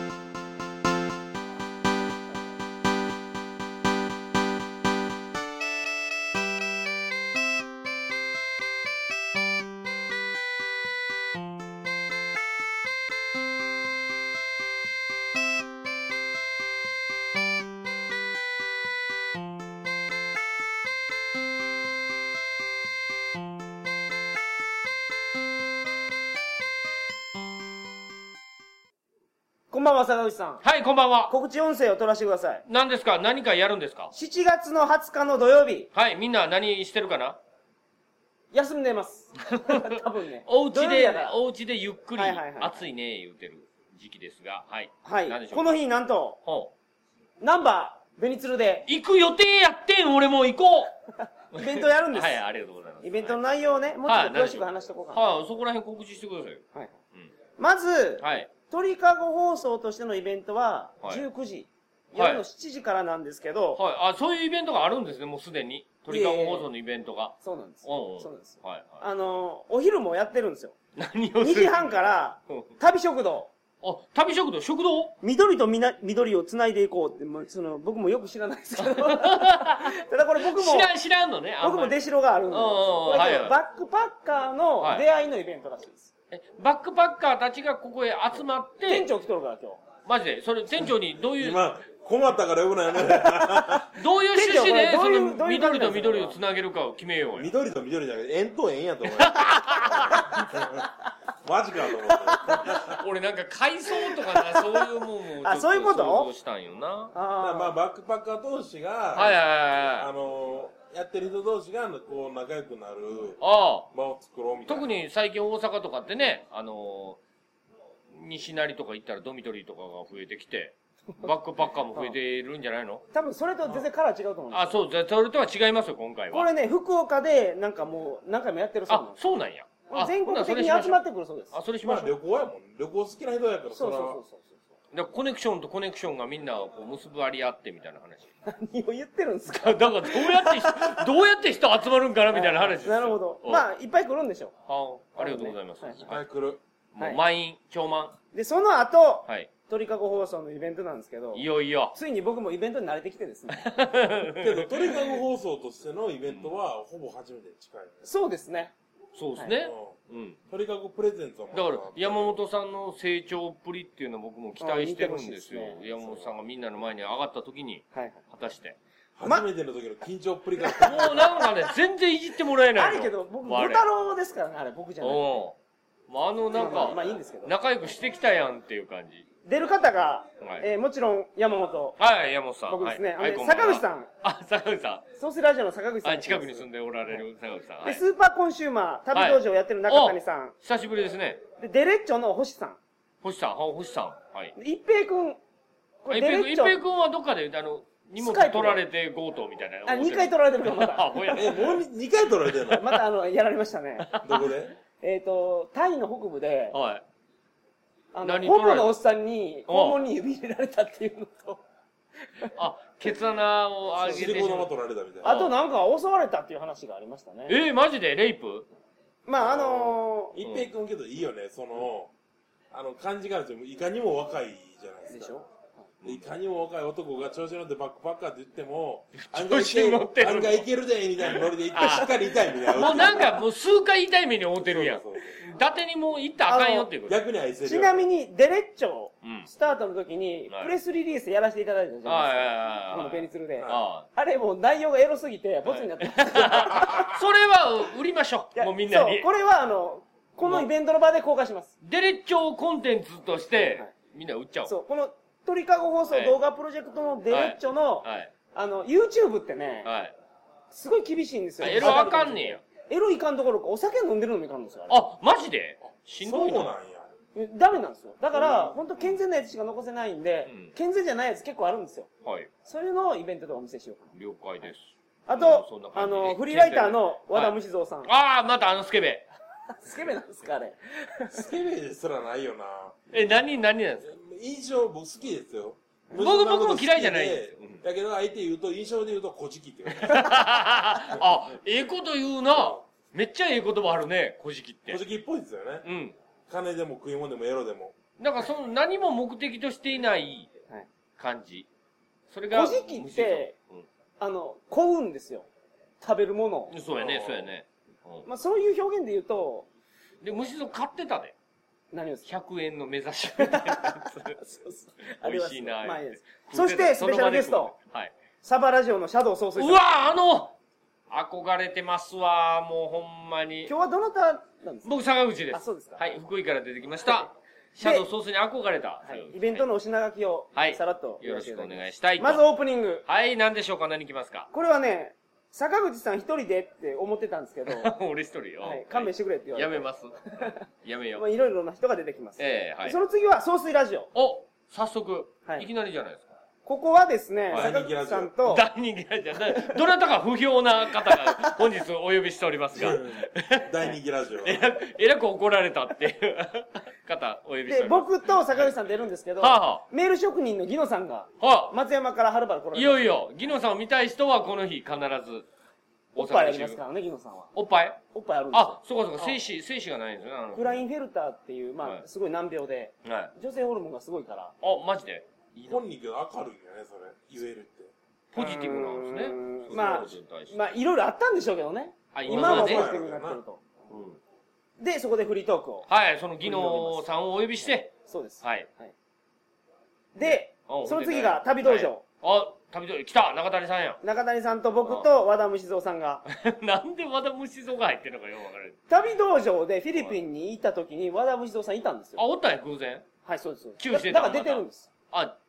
こんばんは、坂口さん。 はい、こんばんは。 告知音声を取らせてください。 何ですか？何かやるんですか ？7月の20日の土曜日。 はい、みんな何してるかな？ 休んでます。多分ね。 お家でゆっくり、暑いね、言うてる時期ですが、はい。 はい。この日、なんと、ナンバー、ベニツルで。 行く予定やってん、俺も行こうイベントやるんです。 はい、ありがとうございます。 イベントの内容をね、もうちょっと詳しく話しとこうかな。 はい、そこら辺告知してくださいよ。はい。 まず、はい。鳥かご放送としてのイベントは19時、夜の7時からなんですけど、 はい、そういうイベントがあるんですね、もうすでに。鳥かご放送のイベントが。 そうなんです。そうなんです。 はい。 お昼もやってるんですよ。 何をする？ 2 時半から、旅食堂。 あ、旅食堂？ 緑と緑を繋いでいこうって、僕もよく知らないですけど。ただこれ僕も、 知らんのね。 僕も出代があるんです。バックパッカーの出会いのイベントらしいです。 バックパッカーたちがここへ集まって。 店長来とるから今日。 マジでそれ店長にどういう。 今、困ったからよくないね。 どういう趣旨で、その緑と緑をつなげるかを決めようよ。 緑と緑じゃなくて、円と円やと思う。マジかと思って。 俺なんか海藻とかな、そういうもんを。 あ、そういうこと想像したんよな。 まあ、バックパッカー同士が、やってる人同士がこう仲良くなる場を作ろうみたいな。 特に最近大阪とかってね、西成とか行ったらドミトリーとかが増えてきて、バックパッカーも増えてるんじゃないの？ 多分それと全然カラー違うと思うんです。 あ、そう、それとは違いますよ、今回は。 これね、福岡でなんかもう何回もやってるそうなんです。 あ、そうなんや。 全国的に集まってくるそうです。 あ、それしましょう。 旅行やもん。旅行好きな人やから。 そう。 コネクションとコネクションがみんなこう結ばり合ってみたいな話。 何を言ってるんですか？ だからどうやって人集まるんかなみたいな話です。 なるほど。まあ、いっぱい来るんでしょう。 ありがとうございます。 いっぱい来る。 もう満員、超満。 で、その後、 鳥かご放送のイベントなんですけど、 いよいよ。 ついに僕もイベントに慣れてきてですね。 けど、鳥かご放送としてのイベントは、ほぼ初めてに近い、ね。 そうですね。 そうですね。 うん。鳥かごプレゼントはだから、山本さんの成長っぷりっていうのは僕も期待してるんですよ。山本さんがみんなの前に上がった時に、果たして。 初めての時の緊張っぷりが。 もうなんかね、全然いじってもらえないの。 あるけど、僕、小太郎ですからね、あれ、僕じゃない。 なんか、 まあいいんですけど。 仲良くしてきたやんっていう感じ。 出る方が、もちろん山本。 はい、山本さん。 僕ですね。坂口さん。 あ、坂口さん。 ソースラジオの坂口さん。 近くに住んでおられる坂口さん。 で、スーパーコンシューマー、旅道場をやってる中谷さん。 久しぶりですね。 で、デレッチョの星さん。 星さん。はい。 一平くん。 一平くんはどっかで、荷物取られて強盗みたいな。 2回取られてるの、また。 もう2回取られてるのまたやられましたね。 どこでタイの北部で、 はい。 ホモのおっさんに、肛門に指入れられたっていうのと。 ケツ穴を上げて。 シリコ玉取られたみたいな。 あとなんか襲われたっていう話がありましたね。 マジでレイプ？ まあ一平君けどいいよね、感じがあるといかにも若いじゃないですか。 でしょ？ いかにも若い男が調子乗ってバックパッカーって言っても、案外いけるで、みたいなノリで言ってしっかり痛いみたいな。 もうなんかもう数回痛い目に遭ってるやん。伊達にもう行ったらあかんよっていうこと。 逆に愛せる。 ちなみに、デレッチョ、スタートの時に、プレスリリースやらせていただいたじゃないですか。このペニツルで。あれもう内容がエロすぎて、ボツになってます。 それは売りましょう。もうみんなに。 そう、これはこのイベントの場で公開します。 デレッチョコンテンツとして、みんな売っちゃおう。 そう、この鳥かご放送動画プロジェクトのデレッチョの、YouTube ってね、すごい厳しいんですよ。 エロあかんねや。 エロいかんどころか、お酒飲んでるのもいかんんですよ。 マジでしんどいな。 そうなんや。 ダメなんですよ。だから、本当健全なやつしか残せないんで、健全じゃないやつ結構あるんですよ。はい。それのイベントでお見せしようかな。 了解です。 あと、フリーライターの和田虫蔵さん。 またスケベ。 スケベなんですか、あれ。 スケベですらないよな。 何なんですか？ 印象、僕好きですよ。 僕も嫌いじゃないです。 だけど、相手言うと、印象で言うと、こじきって言う。 ええこと言うな。めっちゃええ言葉あるね、こじきって。 こじきっぽいですよね。うん。金でも食い物でもエロでも。 なんか何も目的としていない感じ。それが。 こじきって、買うんですよ。食べるものを。 そうやね。 まあそういう表現で言うと。 で、虫蔵買ってたで。 何を 100円の目指しみたいなやつ。美味しいな。 そして、スペシャルゲスト。サバラジオのシャドウ総帥さん。 うわ憧れてますわ、もうほんまに。 今日はどなたなんですか？ 僕、坂口です。 あ、そうですか。 はい、福井から出てきました。シャドウ総帥に憧れた。 イベントのお品書きを、さらっとよろしくお願いしたい。 まずオープニング。 はい、何でしょうか？何いきますか？ これはね、坂口さん一人でって思ってたんですけど。 俺一人よ。 はい、勘弁してくれって言われて。 やめます。やめよう。いろいろな人が出てきます。 はい。 その次は、総帥ラジオ。 早速。いきなりじゃないですか。 ここはですね、坂口さんと。 大人気ラジオ。どなたか不評な方が本日お呼びしておりますが。 大人気ラジオ。 えらく怒られたっていう方お呼びしております。 で、僕と坂口さん出るんですけど、メール職人のギノさんが、松山からはるばる来られます。 いよいよ、ギノさんを見たい人はこの日必ず。 おっぱいありますからね、ギノさんは。 おっぱいあるんですよ。 そうか。精子がないんですよね。 クラインフェルターっていう、すごい難病で、女性ホルモンがすごいから。 マジで本人けど明るいよね、それ。言えるって。 ポジティブなんですね。 まあ、いろいろあったんでしょうけどね。今もポジティブになってると。で、そこでフリートークを。 はい、その技能さんをお呼びして。 そうです。 はい。 で、その次が旅道場。 旅道場、来た中谷さんや。 中谷さんと僕と和田虫蔵さんが。 なんで和田虫蔵が入ってるのかよくわからない。 旅道場でフィリピンに行った時に和田虫蔵さんいたんですよ。 おったんや、偶然。 はい、そうです。 旧してた。 だから出てるんです。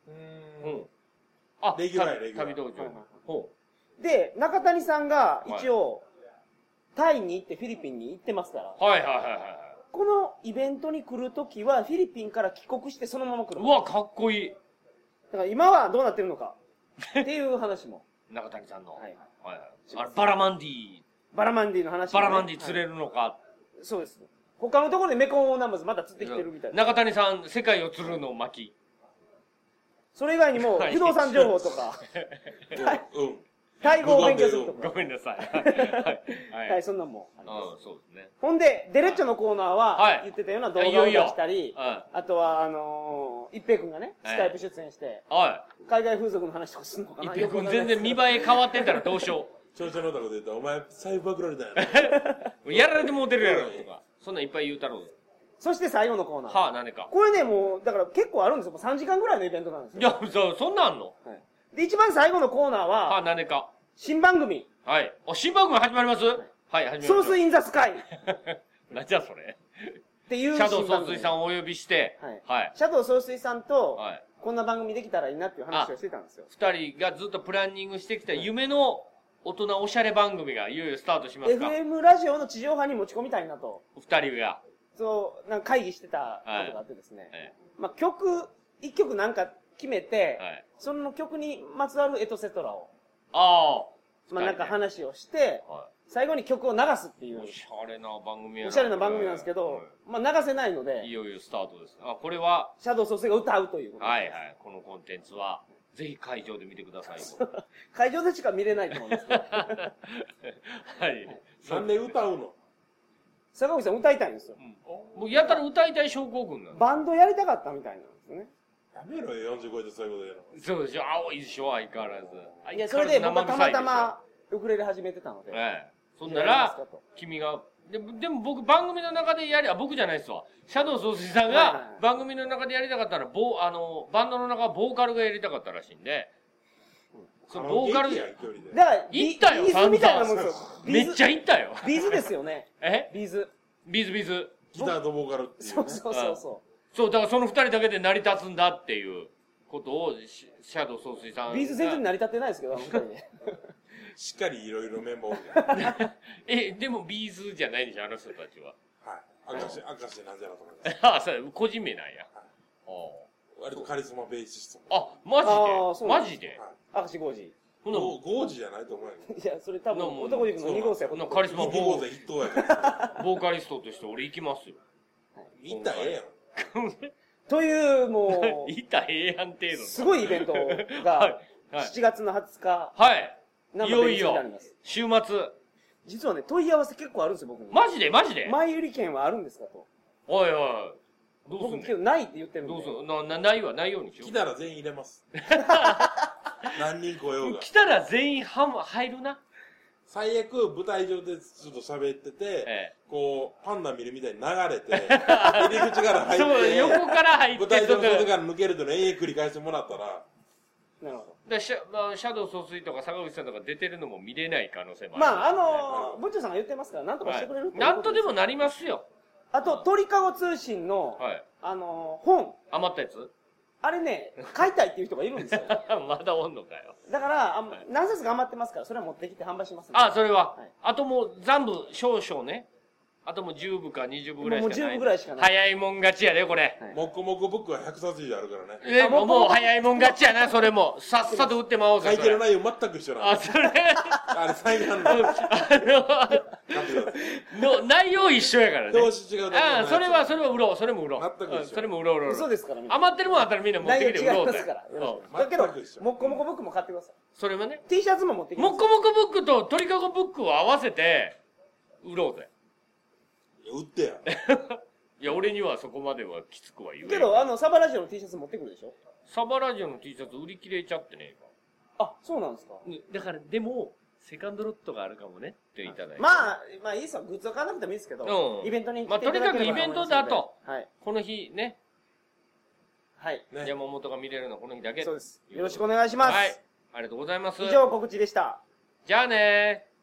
レギュラー。 旅道場。 で、中谷さんが一応、タイに行ってフィリピンに行ってますから。このイベントに来るときは、フィリピンから帰国してそのまま来る。 うわ、かっこいい。 だから今はどうなってるのか。っていう話も。 中谷さんの。バラマンディの話。 バラマンディ釣れるのか。 そうです。他のところでメコンオーナンバーズまた釣ってきてるみたいな。 中谷さん、世界を釣るの巻き。 それ以外にも、不動産情報とか。 タイ語を勉強するとごめんなさい。 はい、そんなんも。 そうですね。 ほんで、デレッチョのコーナーは、言ってたような動画を出したり、あとは、一平くんがね、スカイプ出演して、海外風俗の話とかすんのかな。 一平くん全然見栄え変わってんだらどうしよう。 調子のこと言ったら、お前、財布パクられたよ。 やられてもうてるやろ、とか。そんなんいっぱい言うたろう。 そして最後のコーナー。 何か。 これね、もう、だから結構あるんですよ。3時間ぐらいのイベントなんですよ。 いや、そんなんあんの？ で、一番最後のコーナーは、 何か。 新番組。 はい。新番組始まります？はい、始まります。 ソースインザスカイ。 何じゃそれ。 っていうシャドウ総帥さんをお呼びして、 はい。シャドウ総帥さんと、こんな番組できたらいいなっていう話をしてたんですよ。 二人がずっとプランニングしてきた夢の大人おしゃれ番組がいよいよスタートしますか。 FM ラジオの地上波に持ち込みたいなと。 二人が。 そう、なんか会議してたことがあってですね。まあ曲、一曲なんか決めて、その曲にまつわるエトセトラを。まあなんか話をして、最後に曲を流すっていう。 おしゃれな番組おしゃれな番組なんですけど、まあ流せないので。 いよいよスタートです。これは、 シャドウ総帥が歌うということです。 はいはい。このコンテンツは、ぜひ会場で見てください。 会場でしか見れないと思うんですけど。 はい。 なんで歌うの？ 坂口さん歌いたいんですよ。 もうやたら歌いたい症候群なの。 バンドやりたかったみたいなんですね。 やめろよ、45でそういうことやろ。 そうでしょ、青いでしょ、相変わらず。 いや、それで僕はたまたまウクレレ始めてたので。 そんなら、君が、でも僕番組の中で僕じゃないですわ。シャドウ総帥さんが番組の中でやりたかったら、バンドの中はボーカルがやりたかったらしいんで、そのボーカル、だから、行ったよ、 ビーズみたいなもんですよ。 めっちゃ行ったよ。 ビーズですよね。ビーズ。 ビーズ。 ギターとボーカルっていう。 そう。 だからその二人だけで成り立つんだっていうことを、シャドウ総帥さん。 ビーズ全然成り立ってないですけど、本当にね。 しっかりいろいろメンバーおる。でもビーズじゃないんでしょ、あの人たちは。 はい。明石なんじゃらと思います。 そう、個人名なんや。 割とカリスマベーシスト。マジで明石ゴージ。 ゴージじゃないと思うよ。 いや、それ多分、男塾の2号生カリスマ 2号生1等やから。 ボーカリストとして俺行きますよ。 行ったらええやん。 という、もう、行ったらええやん程度。 すごいイベントが、7月の20日。 はい。いよいよ、週末。 実はね、問い合わせ結構あるんですよ、僕に。 マジで前売り券はあるんですかと。 おいおい。どうすんの？ 僕、ないって言ってるんで。 どうすんの？ないようにしよう。 来たら全員入れます。何人来ようが。 来たら全員入るな。 最悪、舞台上でちょっと喋ってて、こう、パンダ見るみたいに流れて、入り口から入って、 そう、横から入って、 舞台上の外から抜けると延々繰り返してもらったら、 なるほど。 シャドウ総帥とか坂口さんとか出てるのも見れない可能性もある。 まあ、ブッチョさんが言ってますから、なんとかしてくれるってなんとでもなりますよ。 あと、鳥かご通信の、本。 余ったやつ？ あれね、買いたいっていう人がいるんですよ。 まだおんのかよ。 だから、何冊か余ってますから、それは持ってきて販売します。 それは。あともう残部少々ね。あともう10部か20部ぐらいしかない。もう 10部ぐらいしかない。 早いもん勝ちやで、これ。 もこもこブックは100冊以上あるからね。 もう早いもん勝ちやな、それも。さっさと売ってまおうぜ。 書いてる内容全く一緒なんそれ。 あれ、再販の。 内容一緒やからね。 表紙違うだけ。 それは売ろう。それも売ろう。 全く一緒。 それも売ろう。 嘘ですからね。 余ってるもんあったらみんな持ってきて売ろうぜ。 内容違いますから。だけど、もっこもこブックも買ってください。 それもね。 T シャツも持ってきてください。 もっこもこブックと鳥かごブックを合わせて売ろうぜ。 売ってや。 いや、俺にはそこまではきつくは言うけど、サバラジオの T シャツ持ってくるでしょ？ サバラジオの T シャツ売り切れちゃってね。 そうなんですか？ だから、でも、セカンドロットがあるかもねっていただいて。 まあいいですよ。グッズは買わなくてもいいですけど、イベントに来ていただければ。 とにかくイベントだと、この日ね。 はい。 山本が見れるのはこの日だけ。 そうです。よろしくお願いします。 はい。ありがとうございます。 以上告知でした。 じゃあねー。